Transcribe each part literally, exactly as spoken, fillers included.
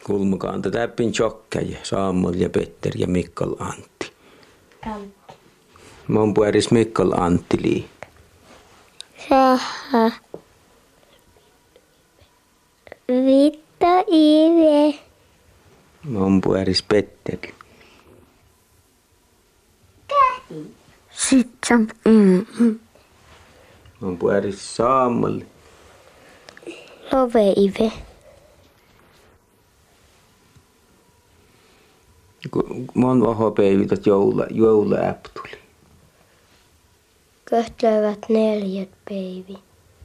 Kulmakaanta täppin Tjokkäjä, Samuel ja Petteri ja Mikkal Antti. Antti. Mun pueris Mikkal Antti lii. Saha. Vitta Ive. Mun pueris Petteri. Kähti. Sitten mm. Mun pueris Samuel. Love Ive. Mun vahopäivität joula, jouluäp tuli. Köhtlevät neljät päivi.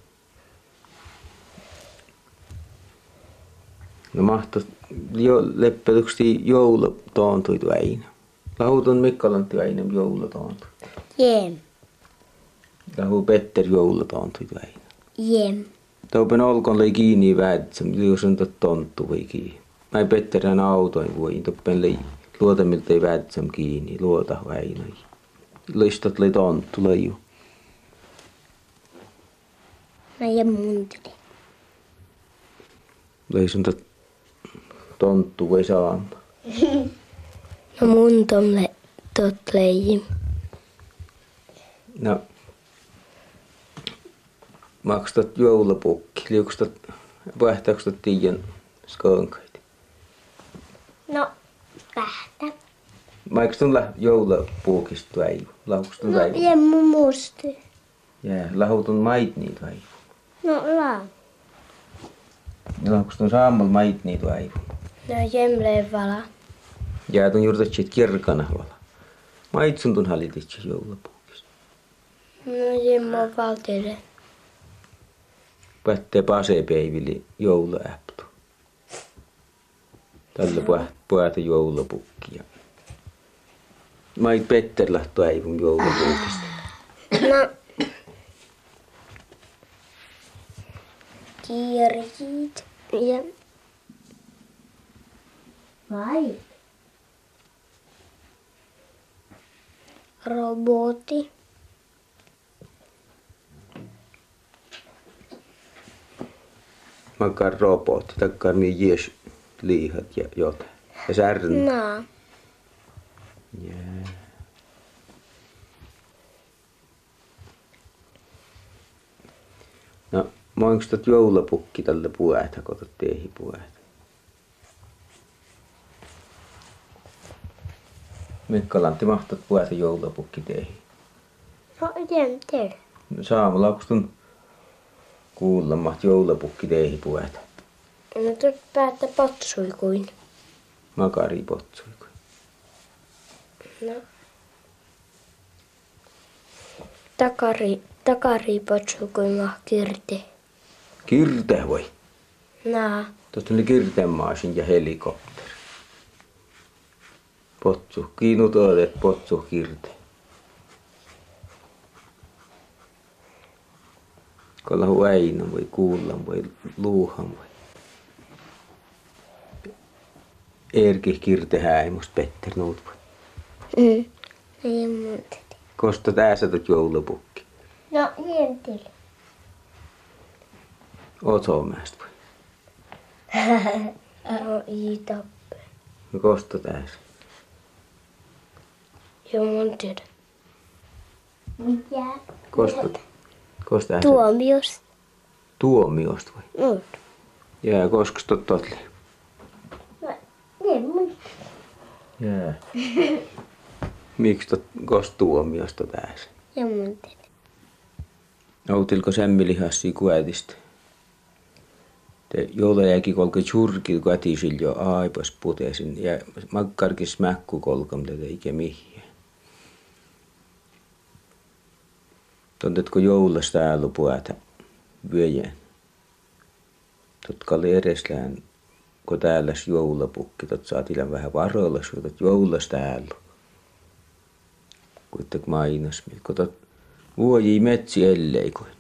No mahtos jo leppetyksi joulu toontui aina. Lahutun Mikkalantti aina joulu toontui. Jem. Lahu Petteri joulu toontui aina. Jem. Taupen olkoon lei kiinni väätsam, jos on tot tonttu vai kiinni. Mä ei Petterän autoin voi, toppen lei luotamilta ei väätsam kiinni, luota aina. Listat lei tonttu leiju. Mä jem munteli. Lei sun tot tonttu vai saama. No mun tomle tot leijim. No. Maksat joulupukki, liukstat, vaihtaksat tiiän skankaita? No, pähtä. Maikstun la joulupukista väivu, laukustun No, väivu. jemmu musti. Jää, lahutun mait niitä väivu. No, laa. Laukustun saamal mait niitä väivu. No, jemle vala. Jää tun juurtatsit kirkana vala. Maitsun tun halititsi joulupukista. No, jemmu valtille. Pättee pasepäivili jouluäptu. Tällä puhata joulupukkia. Mait Petter lähtö äivun joulupukista. No. Kirjit. Ja. Vai. Robotti. Makar robotti, takkar mi jes liihat ja jotain. Ja särn. No. Jää. No, moinko tot joulupukki tälle puätä, kun tot tehi puätä? Mikkalantti mahtat puätä joulupukki tehi. No, jem te. No, saamalla laukustun kuulla maht joulupukki tehi puätä. No, tuot päättä potsui kuin. Makari potsui kuin. No. Takari, takari potsui kuin mah kirti. Kirte voi. No. Tuosta oli kirtemaasin ja helikopteri. Potsu, kiinut olet potsu kirte. Kallahu äinä voi kuulla voi luuhan voi. Erki kirte häimus Petter nuut voi. Mm. Ei muuta. Kosta tässä tot joulupukki. No, jentille. Otsomästä voi. No, ei tappe. No kosta tässä. Joo, mun tiedä. Mikä? Kosta. Kosta tässä. Tuomiosta. Tuomiosta voi. Mm. Jää, koska tot totli. No, ei mun. Jää. Miksi tot kost tuomiosta tässä? Joo, mun tiedä. Outilko sämmilihassi kuätistä? Te joulajäki kolke churki kuätisil jo aipas putesin ja makkarkis mäkku kolkam tätä ikä mihiä. Tontetko joulasta äälu puätä vyöjään? Totka oli edeslään, kun täällä joulupukki, tot saatilan vähän varoilla, suutat joulasta äälu. Kuitenkin mainos, kun tot vuoji metsi elleikoin.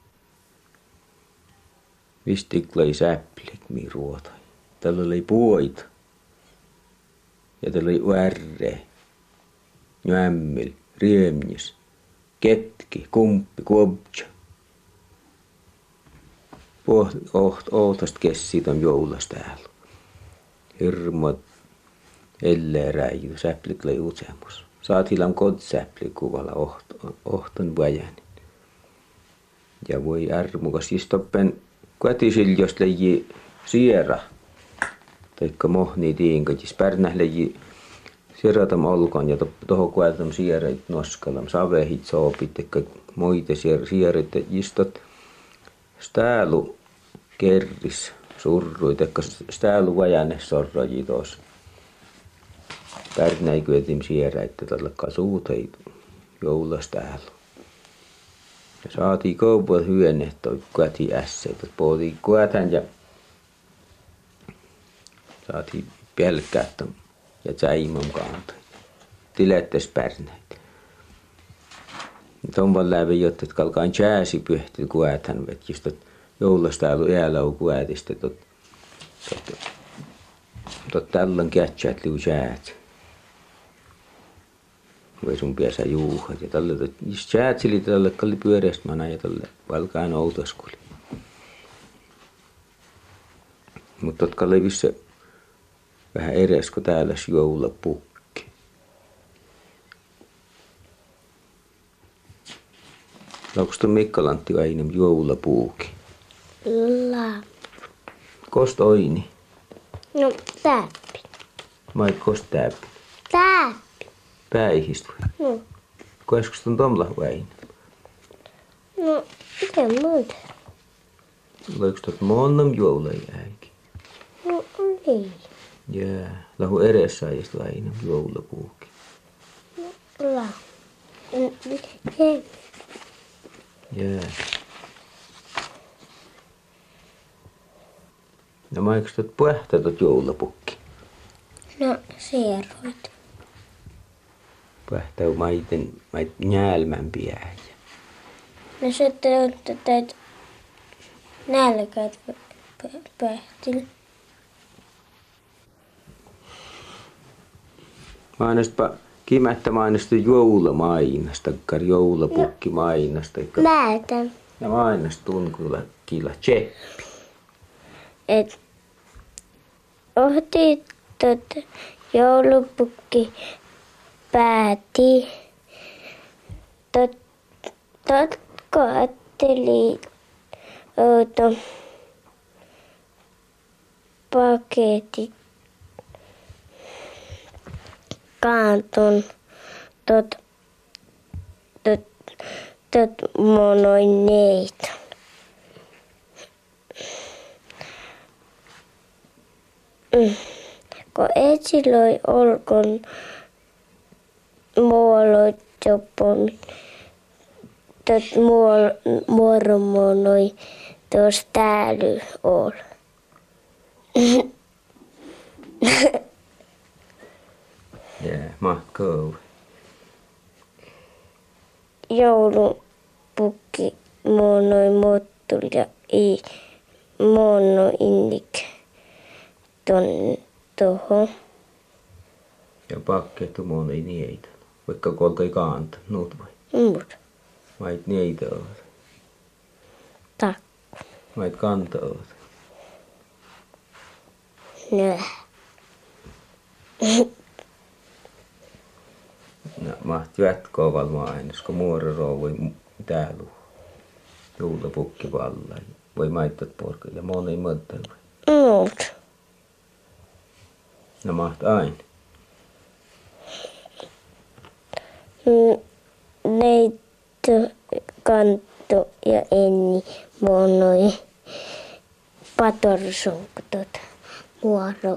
Vistiklai säpplik mi ruotai. Tällä oli puoita. Ja tällä oli värre. Nyämmil, riemnis, ketki, kumppi, kuoptsa. Ohtast kessi ton joulasta täällä. Hirmuat ellei räijy, säplik lai useamus. Saatilan kodsäpli kuvalla oht- ohton vajan. Ja voi ärmukas istoppen kotisil, jos leiji siera. Taikka mohni tiinkotis pärnäh leiji sieratam olkoon ja toho kueltam siereit noskalam. Savehit soopit, taikka muita sier- sierit istot. Stäälu kerris surrui, taikka stäälu vajane sorroji tos. Pärnäi kyötim sieräitte tällä suutei joulastäälu. Ja saatiin koupua hyöne toi kuäti ässeitä. Puhutiin kuätän ja saatiin pelkkäättä ja tsäimon kantoi. Tilettes pärnäitä. Tomman läpi jotta kalkaan jääsi pyhti kuätän vet just tot joulastäälu äälau kuätistä tot tot tot tällön kätsät liu jäät. Voi sun piäsä juuhat ja tälle tot just jäätsili tälle kalli pyöreästmana ja tälle valkaan outoskuli. Mut tot kalli visse vähän eres kun täällä joulapukki. Lauks ton Mikkolantti aina joulapuuki? La. Kost oini? No täppi. Mai kost täppi? Täppi. Päihist vai? No. Koeskus ton tomla vain? No, miten muuta? Loiks tot monnam joulai äikin? No, niin. Jää. Lahu eres ajast aina joulapuuki. La. No, miten? Jää. No maiks tot puhta tot joulapukki? No, sieroit. Puhtau maiten, mait njälmämpiä äijä. No sitten olette teet nälkäät pähtil. Mainospa kimättä mainostu joulamainasta, takkar joulapukki mainasta. Määtän. Ja mainostun kyllä kila tseppi. Et ohti tot joulupukki pääti. Tot, tot koetteli outo paketti kanton tot tot tot monoin neitä. Mm. Kun etsiloi olkon muoloit joppon tot muol muoromonoi tos tääly ol. Jää, mahtkoo. Joulupukki monoi mottul ja i mono innik ton toho. Ja pakkeettu moni niitä. Vaikka kolkai kaanta, nuut vai? Mut Mait niitä oot. tak. Mait kanta oot. Nö. No, mahti jatkoa valmaa aina, kun muororo voi täällä joulupukki valla. Voi maittat porka ja moni mõttel vai? Mut. No maht aina. Neitto kanto ja enni monoi patorsunktot muoro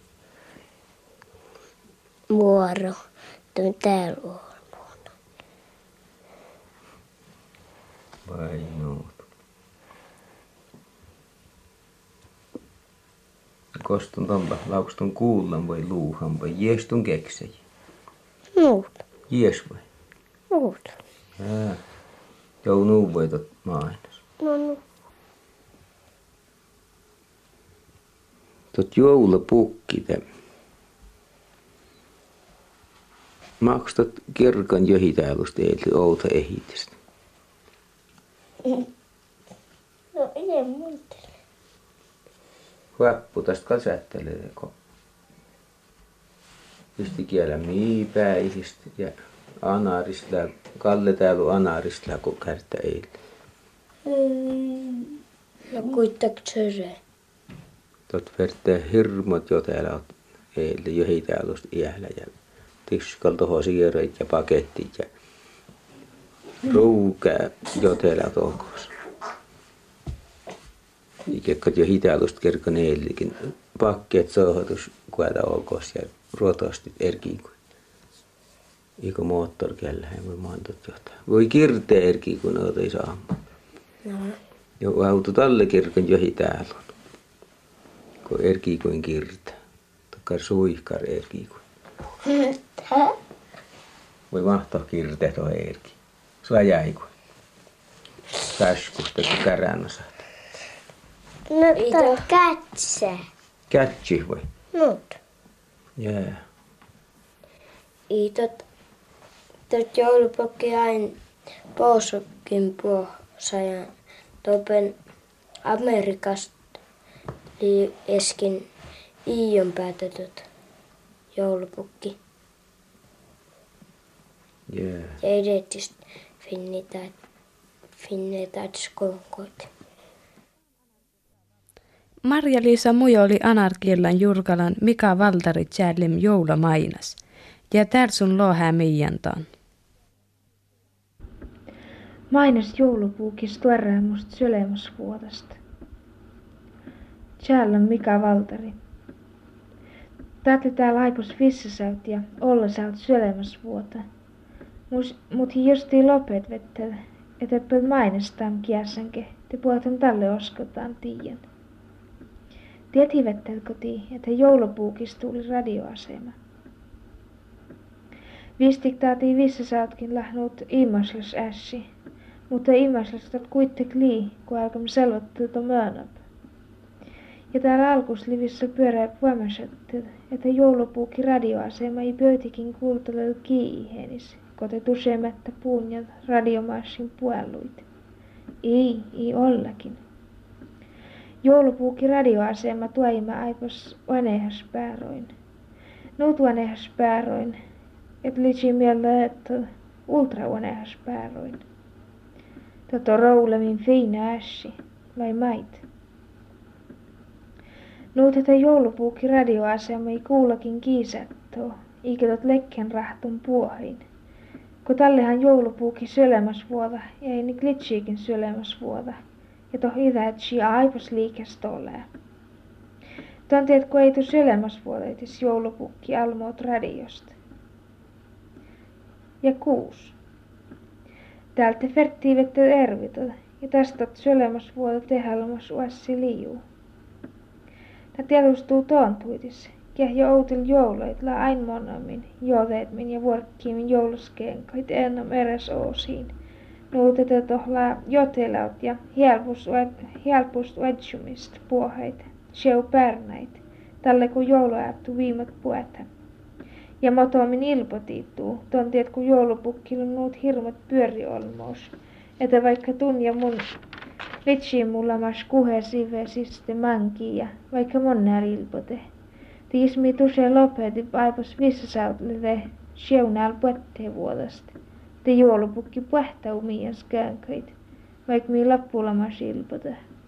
muoro tuon täällä on muoro. Vai nuut. Kostun tompa, laukstun kuullan vai luuhan vai jiestun keksej. Muut. Jies vai? Muut. Jää. Jouluu voitot mainos. No no. Tot joulupukki te. Maksat kirkan johitäälusta eiltä outa ehitistä. No en muista. Huappu tästä kasättelee. pisti kielä miipäisistä ja anarista. Kalle täällä anarista, kun kärttä eilen. Mm. No kuitenkin söre. Tot vertää hirmot jo täällä on eilen jo hitäälusta iällä ja tiskal toho siirreit ja pakettit ja ruukää jo täällä tohkos. Ikekkat jo hitäälusta kerkon eilenkin pakkeet sohotus kueta olkos ja ruotostit erkiikui. Iko moottorkielä ei voi maantot johtaa. Voi kirteä erkiikun oota ei saa. No. Jo auto talle kirkon johi täällä on. Kun erkiikuin kirtä. Takkar suihkar erkiikuin. Voi mahtaa kirteä tuohon erki. Sua jäikuin. Täskusta kun kärään osaat. No tää kätsä. Kätsi voi. Mut. Jää. Yeah. Iitot. Tot joulupokki aina pousukin puossa ja topen Amerikasta li eskin iion päätetyt joulupukki. Jää. Yeah. Ja edettist finnitäät finnitäät skonkoit. Marja-Liisa Mujo oli Anarkiellan Jurkalan Mika Valtari Tjärlim joulamainas. Ja täällä sun lohää miijantaan. Mainos joulupuukis tuoreen musta sylemusvuotasta. Täällä on Mika Valtari. Taatli täällä aipus vissasäyt ja olla säyt sylemusvuota. Mut hi justiin lopet vettä, et eppöt mainostaan kiäsänke, te puhutan tälle oskotaan tiiän. Tiet hivettel kotiin, että joulupuukis tuli radioasema. Vistik taatiin vissasäytkin lähnuut immaslas ässi, mutta immaslas taat kuittek lii, kun alkam selvottelta möönöp. Ja täällä alkuslivissä pyörää puomasöttel, että joulupuuki radioasema ei pöytikin kuultelelu kiihenis, kote tusemättä puun ja radiomaassin puelluit. Ei, ei ollakin. Joulupuuki radioasema tuoima aipos vanehas pääroin. Nuut vanehas pääroin, et litsi mieltä, että ultra vanehas pääroin. Toto roulemin fiina ässi, vai mait. Nuut, että joulupuuki radioasema ei kuullakin kiisattoo, eikä tot lekken rahtun puohin. Kun tallehan joulupuuki sylemäsvuota ja ei ni glitsiikin sylemäsvuota. Ja toh idätsi aipos liikestolää. Tonti, kun ei tuu sylemäsvuoleitis joulupukki almoot radiosta. Ja kuus. Täältä ferttii vettä ervitellä ja tästä sylemäsvuota tehdälmas uassi liiuu. Tää tiedustuu toontuitis, kehjo outil jouluit la ain monamin, jodeetmin ja vuorkkiimin jouluskenkoit ennam eres oosiin. Nuutete tohlaa jotelaut ja helpust uetsumist puoheit, sjeu pärnäit, tälle kun jouluäptu viimat pueta. Ja motomin ilpotiittuu, tontiet kun joulupukkil on nuut hirmat pyöriolmous, että vaikka tun ja mun litsiin mulla mas kuhe sive siste manki ja vaikka monnär ilpote. Tiismi tuse lopeti aipos vissasautleve sjeunääl puettee vuodasta. Te joulupukki puhtau miian skänköit, vaik mii lappulama silpota.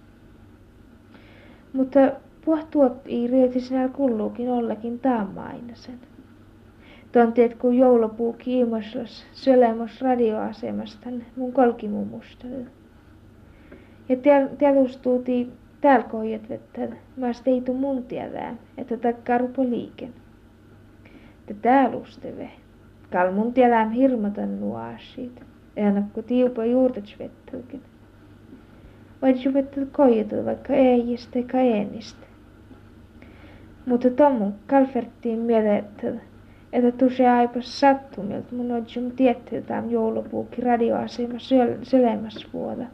Mutta puhtuot ei riitis nääl kulluukin ollakin taamainasen. Tontiet kun joulupuuki ilmaslas sölemos radioasemastan mun kolkimumustalle. Ja tiedustuutii tääl kohjat vettä, maas teitu mun tiedää, että takkaa rupo liiken. Te tääl usteve. Kal mun tiedään hirmatan nuo asiat. Ennakko tiupa juurtets vettelkin. Vaid vettel koijatel vaikka eijistä eikä eenistä. Mutta tommun kalferttiin mielettel, että tuse aipas sattumilta mun odsum tiettiltään joulupuuki radioasema sylemäs vuoda.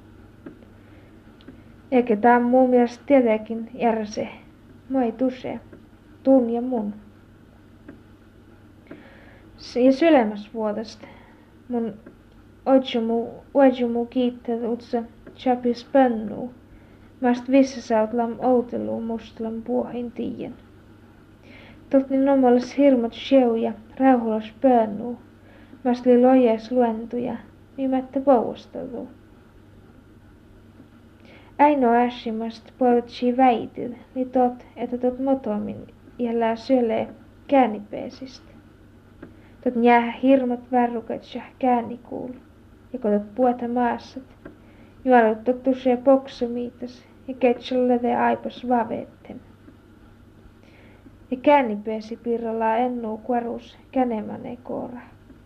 Eikä tää mun mielestä tietenkin järse. Moi tuse. Tun ja mun. Ja sylemäs vuodesta mun oidjumu, oidjumu kiittää utsa chapis pennuu. Mast vissasaut lam outeluu mustlam puohin tiiän. Toltni nomallis hirmut sjeu ja rauhulas pönnuu. Mäsli lojes luentuja, mimättä poustelu. Ainoa äsimmästä puolutsi väityt, niin tot, että tot motomin jällää syölee käännipeesistä. Tot njää hirmat värrukat ja käännikuul, ja kun tot puhuta maassat, juolut tot tusee poksumiitas ja ketsulle te aipas vavetten. Ja käännipeesi piirrolaa ennuu kuorus känemane koora.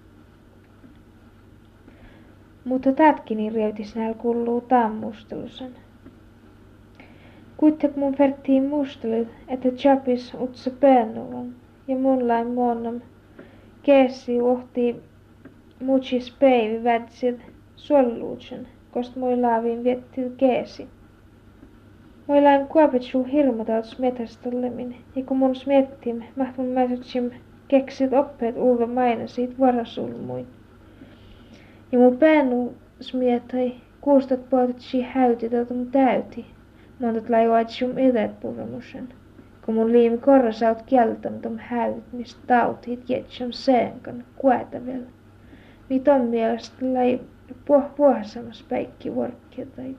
Mutta tätkini reutis näil kulluu taammustelusen. Kuitenkin mun vertiin mustelut, että chapis utsa peennuvan ja munlain muonnam keessi uhti muutsis päivi vätsit suolluutsen, kost muilaaviin viettil keesi. Muilain kuopetsuu hirmatauts metästollemin, ja kun mun smiettim, mahtun mäsutsim keksit oppeet ulva maina siitä varasulmuin. Ja mun päännu smietai kuustat puotetsi häyti tätä mun täyti. Montat laivaitsum edet puremusen. Kun mun liimi korrasaut kieltäm tom häyt, mistä tautit jetsam seenkan kuätävel. Mi ton mielestä lai puh puhasamas päikki vorkketait.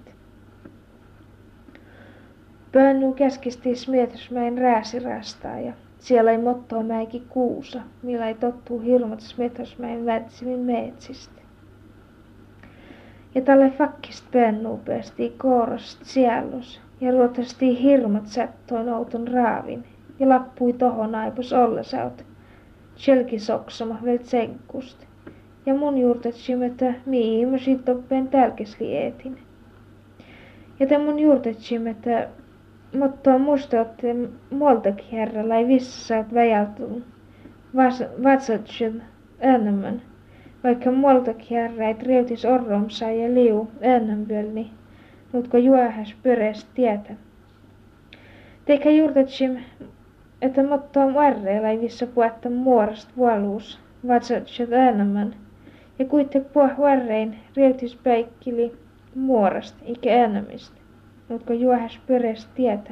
Päännu käskisti smietusmäin rääsirastaa ja siellä ei mottoa mäiki kuusa, millä ei tottuu hirmat smietusmäin vätsimin meetsistä. Ja tälle fakkist päännu päästiin koorost sielus ja ruotasti hirmat sättoin outon raavin ja lappui tohon aipus ollesaut. Tjelkisoksama vel tsenkust. Ja mun juurtetsim, että mii mä sit oppeen tälkesli eetin. Ja te mun juurtetsim, että mutta musta otte muoltakin herralla ei vissä oot väjältun vatsatsen enemmän. Vaikka muoltakin herra ei reutis orromsa ja liu enempölni, mutko juohas pöreäs tietä. Teikä juurtetsim, että mutta on arreilla ei vissä puetta muorast vuoluus vatsatsen enemmän. Ja kuitenkin puh varrein reutis päikkili muorast eikä enemmistä. Mutko juohas pöreäs tietä.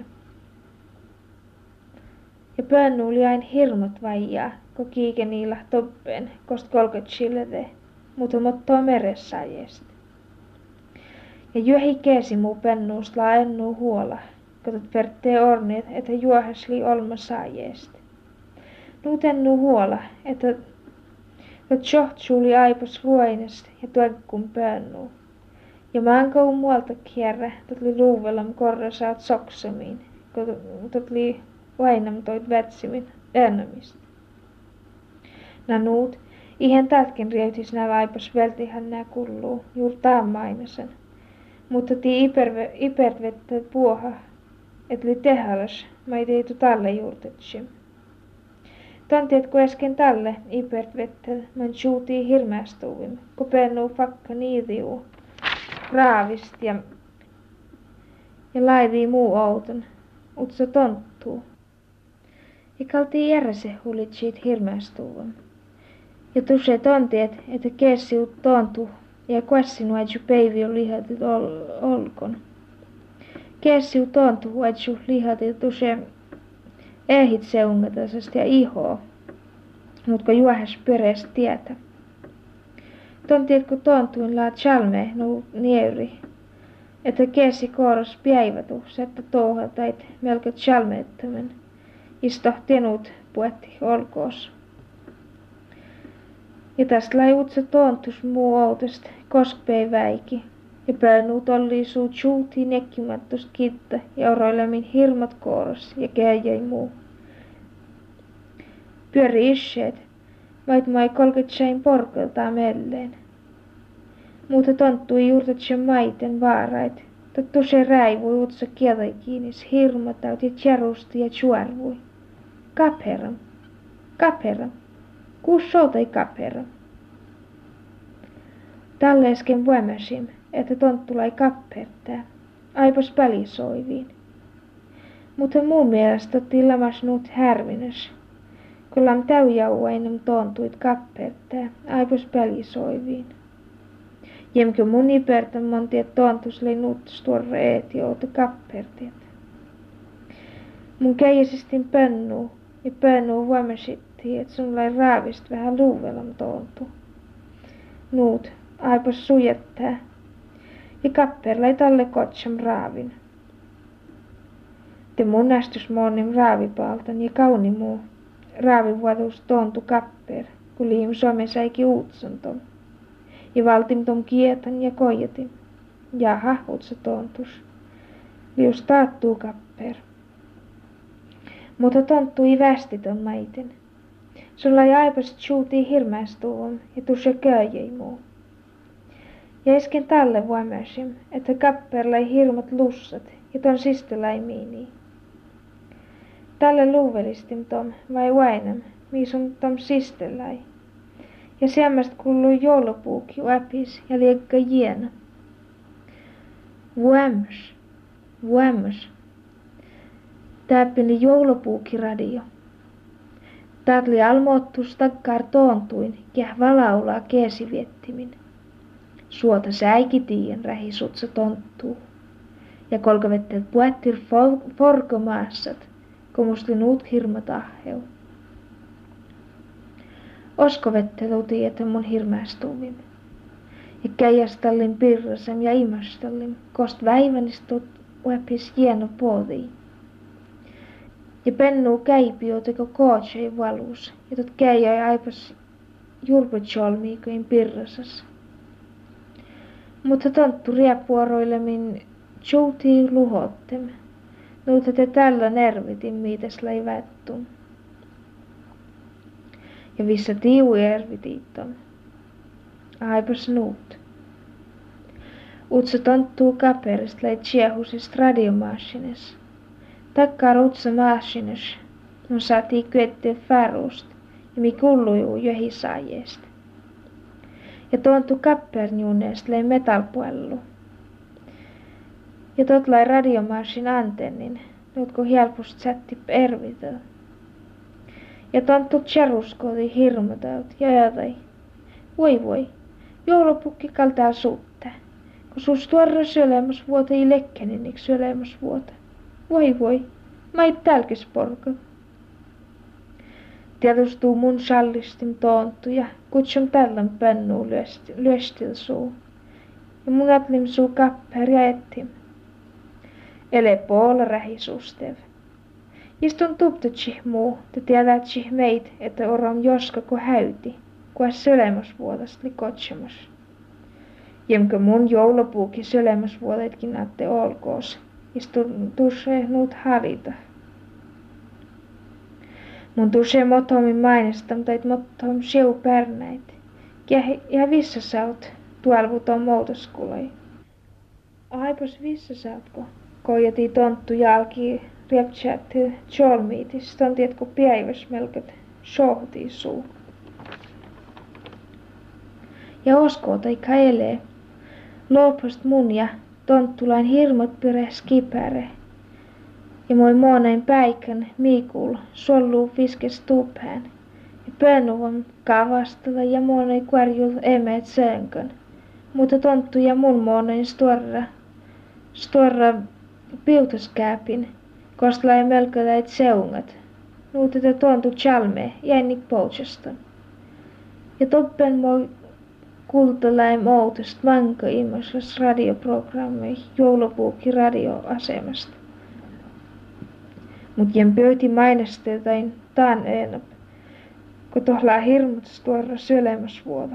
Ja päännu oli ain hirmat vaijaa, ko kiike niillä toppeen, kost kolket chilede, mutta mottoa meressaajest. Ja juohi keesi muu pennuust laa ennuu huola, kotot perttee orneet, että juohasli olma saajest. Nuut ennuu huola, että tot johtsuuli aipas luoinest ja tuekkun päännu. Ja maankou muualta kierrä, tot li luuvelam korrasaat soksamiin, kun tot li vainam toit vätsimin äänemistä. Nä nuut, ihan tätkin rieutis nää aipas vältihän nää kulluu, juur taammainasen. Mutta tii iperve, ipervettä puoha, et li tehalas, mä ei teitu talle juurtetsim. Tontiet kun äsken talle ipervettä, mä tjuutii hirmäästuvim, kun pennuu fakka niidiuu. Raavist ja, ja laivii muu outon, utsa tonttuu. Ja kaltii järjese hulitsit hirmäästuvan. Ja tuse tontiet, että keessiut tontu ja kuessin vaitsu peivi on lihatit ol, olkon. Keessiut tontu vaitsu lihatit tuse ehit seungatasesta ja ihoo, mutko juohas pöreäs tietä. Tontiet kun tontuin laa chalme nu nieri, että keesi kooros päivätu, että touhatait melko chalmeettomen, isto tenut puetti olkoos. Ja tästä lai utsa tontus muu outost koskpei väiki, ja päännuut olli suu tjuutiin nekkimattost kitta ja oroilemin hirmat kooros ja käjäi muu. Pyöri isseet, vait mai kolketsain porkeltaa melleen. Mutta tonttui juurtatsen maiten vaarait, tottu se räivui utsa kielai kiinnis hirmataut ja tjarusti ja tjuarvui. Kapheram, kapheram, kuus soutai kapheram. Talleesken voimasim, että tonttulai kappertää, aipas pälisoiviin. Mutta muun mielestä otti lamas nuut härvinäs, kun lam täyjauainem tontuit kappertää, aipas pälisoiviin. Jämkö mun ipertä montiet tontus lei nuuttus tuorre eeti outa kappertiet. Mun käjäsistin pönnuu, ja pönnuu huomasitti, että sun lai raavist vähän luuvelam toontu. Nuut aipas sujettaa, ja kapper lai talle kotsam raavin. Te munastus moonim raavipaaltan ja kauni muu raavivuotus toontu kapper, kun liim Suomen säiki uutsan tom. Ja valtim tom kietan ja koijatin. Jaha, utsa toontus. Lius taattuu kapper. Mutta tonttui västiton maiten. Sulla ei aipas tjuutii hirmäistuun ja tusse kööjei muu. Ja esken talle vuomersim, että kapper lai hirmat lussat ja ton siste lai miini. Tälle luuvelistim tom vai vainem, miisun tom siste lai. Ja siemmäst kuului joulupuuki läpis ja liekka jiena. Vuommers, vuommers. Täppini joulupuukiradio. Tatli almoottus takkaar toontuin, käh valaulaa keesiviettimin. Suota säikitien rähisutsa tonttuu. Ja kolkavetteet puettir forkomaassat, komusti nuut hirmat ahheu. Oskovettelu tietä mun hirmästuvim. Ja käijästallin pirrasem ja imastallin, kost väivänistut uepis hieno poodii. Ja pennuu käipio teko kootsei valus, ja tot käijäi aipas jurputsolmiikoin pirrasas. Mutta tonttu rieppuoroilemin tjuutii luhottem, nuuta te tällä nervitin miitäs lai vättun. Ja vissa tiu ervitiittom. Aipas nuut. Utsa tonttuu kaperist lai tjehusist radiomaasines. Takkar utsa maasines, mun saatii kyetteen färust ja mi kullujuu johisaajeest. Ja tonttu kapperniuneest lai metalpuellu. Ja tot lai radiomaasin antennin, nuutko helpust sätti ervitöö. Ja tonttu tjeruskoti hirmutaut ja jätai. Voi voi, joulupukki kaltaa suutta, kun sus tuorra syölemäs vuota ei lekkenin syölemäs vuota. Voi voi, mä ei tälkis porka. Tietustuu mun sallistin toontu ja kutsun tällän pennuu lyöstil suu. Ja mun atlim suu kapper ja ettim. Ele poola rähisustev. Istun tuptutsih muu, te tiedätsih meit, että oram joska ko häyti, kuas sölemäs vuodast li kotsemas. Jemkö mun joulupuuki sölemäs vuodetkin atte olkoos. Istun tusse nuut havita. Mun tusse motomin mainestam tait motom sjeu pärnäit. Ja vissa saut tuolvuton moutoskuloi. Aipas vissa sautko? Koijati tonttu jalki rieptsäätti tjolmiitis, tontietko päiväs melkät sohtii suu. Ja oskoo tai kaelee. Loopast mun ja tonttulain hirmot pyre skipäre. Ja moi muonain päikän miikul solluu viskes tuphään. Ja pönnuvon kavastella ja muonain kuorjul emeet sönkön. Mutta tonttu ja mun muonain storra, storra piutoskääpin, koska ei melko läit seungat. Nuutete tonttu chalme jännik poutsaston. Ja toppen moi kultalaim outost vanka immaslas radioprogrammi joulupuuki radioasemasta. Mut jen pöyti mainestetain taan enop, kun tohlaa hirmutas tuoda syölemäs vuoda.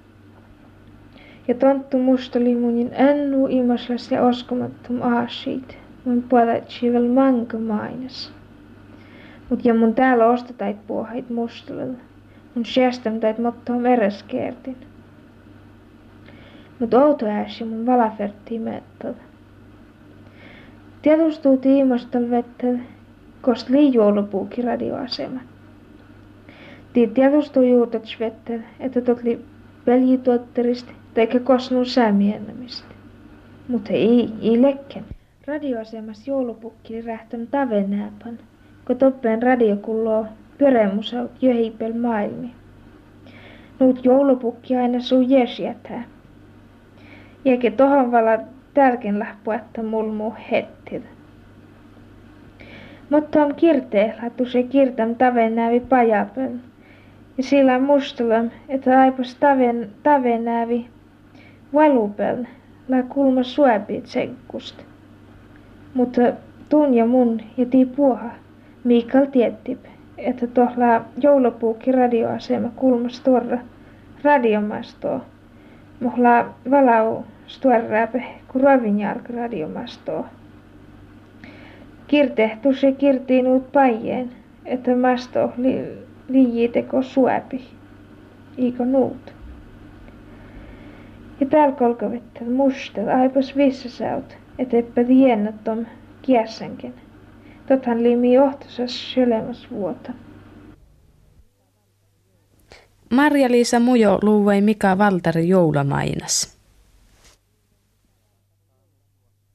Ja tonttu mustali munin ennu immaslas ja oskomattom aasiit, mun puolatsi vel manka mainas. Mut jen mun täällä ostatait puohait mustalilla, mun säästäm tait mottoom ereskertin. Mut outo ääsi mun valaferttii mettäl. Tietustuu tiimastal vettel, kost lii joulupuuki radioasema. Tii tietustuu juutats vettel, että totli peljituotterist teikä kosnuu säämiennämistä. Mut ei, ei lekken. Radioasemas joulupukki rähtön tavenääpan, kun toppeen radio kulloo pyremusaut jöhipel maailmi. Nuut joulupukki aina suu jesjätää. Eikä tohon vala tärken lähpuetta mulmuu hettil. Mutta on kirte, latu se kirtam taven nävi pajapön. Ja sillä mustulam, että aipas taven, taven nävi valupön, la kulma suopi tsenkust. Mutta tun ja mun ja tii puoha, Miikal tiettip, että tohla joulupuukki radioasema kulmas torra radiomastoa. Mohla valau stuarraape ku ravinjark radiomastoa. Kirtehtu se kirtiin uut pajeen, että masto li, liijiteko suopi. Iiko nuut. Ja täällä kolkavettä mustat aipas vissasaut, et eppä tiennät tom kiässänken. Tothan limi johtosas sylemäs vuota. Marja-Liisa Mujo luuvei Mika Valtari joulamainas.